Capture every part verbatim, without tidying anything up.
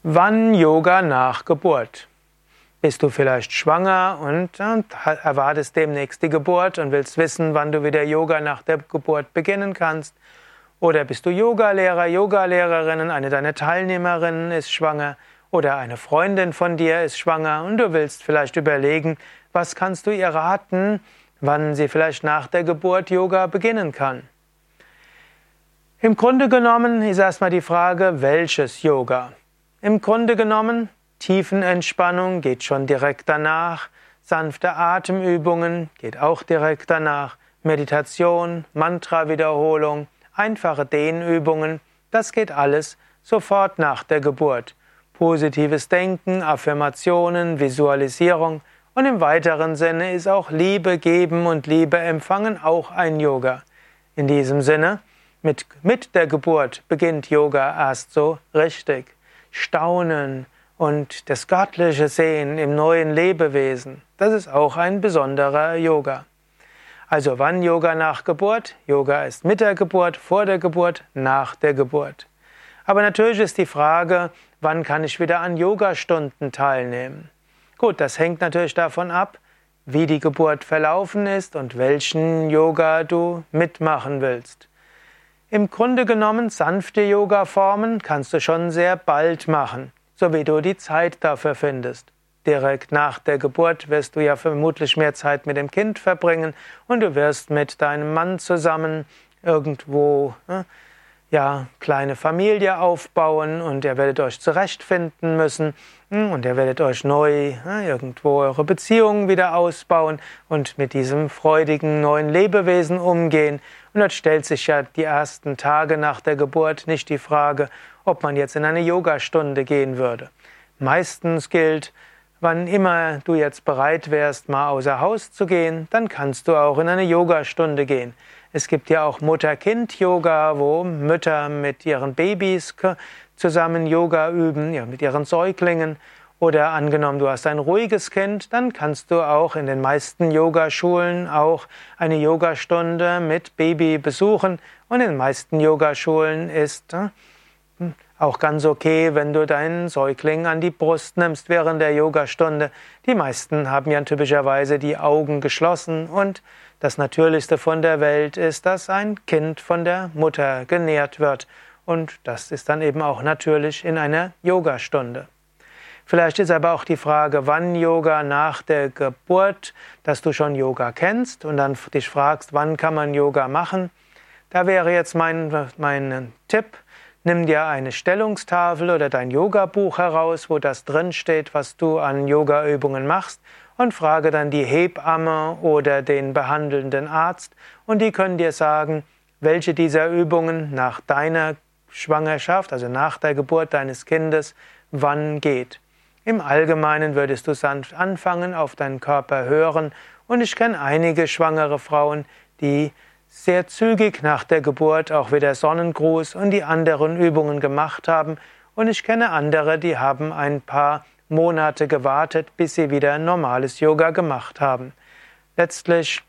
Wann Yoga nach Geburt? Bist du vielleicht schwanger und äh, erwartest demnächst die Geburt und willst wissen, wann du wieder Yoga nach der Geburt beginnen kannst? Oder bist du Yogalehrer, Yogalehrerin, und eine deiner Teilnehmerinnen ist schwanger oder eine Freundin von dir ist schwanger und du willst vielleicht überlegen, was kannst du ihr raten, wann sie vielleicht nach der Geburt Yoga beginnen kann? Im Grunde genommen ist erstmal die Frage, welches Yoga? Im Grunde genommen, Tiefenentspannung geht schon direkt danach, sanfte Atemübungen geht auch direkt danach, Meditation, Mantra-Wiederholung, einfache Dehnübungen, das geht alles sofort nach der Geburt. Positives Denken, Affirmationen, Visualisierung und im weiteren Sinne ist auch Liebe geben und Liebe empfangen auch ein Yoga. In diesem Sinne, mit, mit der Geburt beginnt Yoga erst so richtig. Staunen und das Göttliche sehen im neuen Lebewesen, das ist auch ein besonderer Yoga. Also wann Yoga nach Geburt? Yoga ist mit der Geburt, vor der Geburt, nach der Geburt. Aber natürlich ist die Frage, wann kann ich wieder an Yogastunden teilnehmen? Gut, das hängt natürlich davon ab, wie die Geburt verlaufen ist und welchen Yoga du mitmachen willst. Im Grunde genommen, sanfte Yoga-Formen kannst du schon sehr bald machen, so wie du die Zeit dafür findest. Direkt nach der Geburt wirst du ja vermutlich mehr Zeit mit dem Kind verbringen und du wirst mit deinem Mann zusammen irgendwo äh, ja, kleine Familie aufbauen und ihr werdet euch zurechtfinden müssen und ihr werdet euch neu äh, irgendwo eure Beziehungen wieder ausbauen und mit diesem freudigen neuen Lebewesen umgehen. Und dort stellt sich ja die ersten Tage nach der Geburt nicht die Frage, ob man jetzt in eine Yogastunde gehen würde. Meistens gilt, wann immer du jetzt bereit wärst, mal außer Haus zu gehen, dann kannst du auch in eine Yogastunde gehen. Es gibt ja auch Mutter-Kind-Yoga, wo Mütter mit ihren Babys zusammen Yoga üben, ja, mit ihren Säuglingen. Oder angenommen, du hast ein ruhiges Kind, dann kannst du auch in den meisten Yogaschulen auch eine Yogastunde mit Baby besuchen. Und in den meisten Yogaschulen ist äh, auch ganz okay, wenn du deinen Säugling an die Brust nimmst während der Yogastunde. Die meisten haben ja typischerweise die Augen geschlossen und das Natürlichste von der Welt ist, dass ein Kind von der Mutter genährt wird. Und das ist dann eben auch natürlich in einer Yogastunde. Vielleicht ist aber auch die Frage, wann Yoga nach der Geburt, dass du schon Yoga kennst und dann dich fragst, wann kann man Yoga machen. Da wäre jetzt mein, mein Tipp, nimm dir eine Stellungstafel oder dein Yoga-Buch heraus, wo das drinsteht, was du an Yoga-Übungen machst und frage dann die Hebamme oder den behandelnden Arzt und die können dir sagen, welche dieser Übungen nach deiner Schwangerschaft, also nach der Geburt deines Kindes, wann geht. Im Allgemeinen würdest du sanft anfangen, auf deinen Körper hören und ich kenne einige schwangere Frauen, die sehr zügig nach der Geburt auch wieder Sonnengruß und die anderen Übungen gemacht haben und ich kenne andere, die haben ein paar Monate gewartet, bis sie wieder normales Yoga gemacht haben. Letztlich,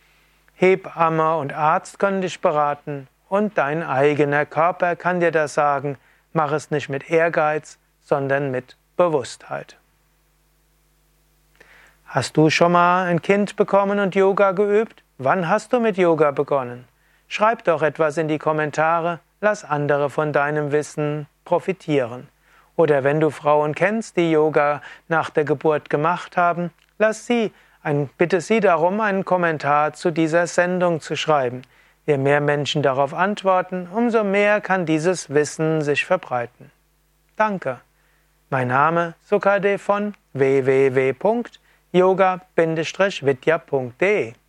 Hebamme und Arzt können dich beraten und dein eigener Körper kann dir das sagen, mach es nicht mit Ehrgeiz, sondern mit Bewusstheit. Hast du schon mal ein Kind bekommen und Yoga geübt? Wann hast du mit Yoga begonnen? Schreib doch etwas in die Kommentare, lass andere von deinem Wissen profitieren. Oder wenn du Frauen kennst, die Yoga nach der Geburt gemacht haben, lass sie, ein, bitte sie darum, einen Kommentar zu dieser Sendung zu schreiben. Je mehr Menschen darauf antworten, umso mehr kann dieses Wissen sich verbreiten. Danke. Mein Name Sukade von w w w punkt yoga Bindestrich vidya punkt de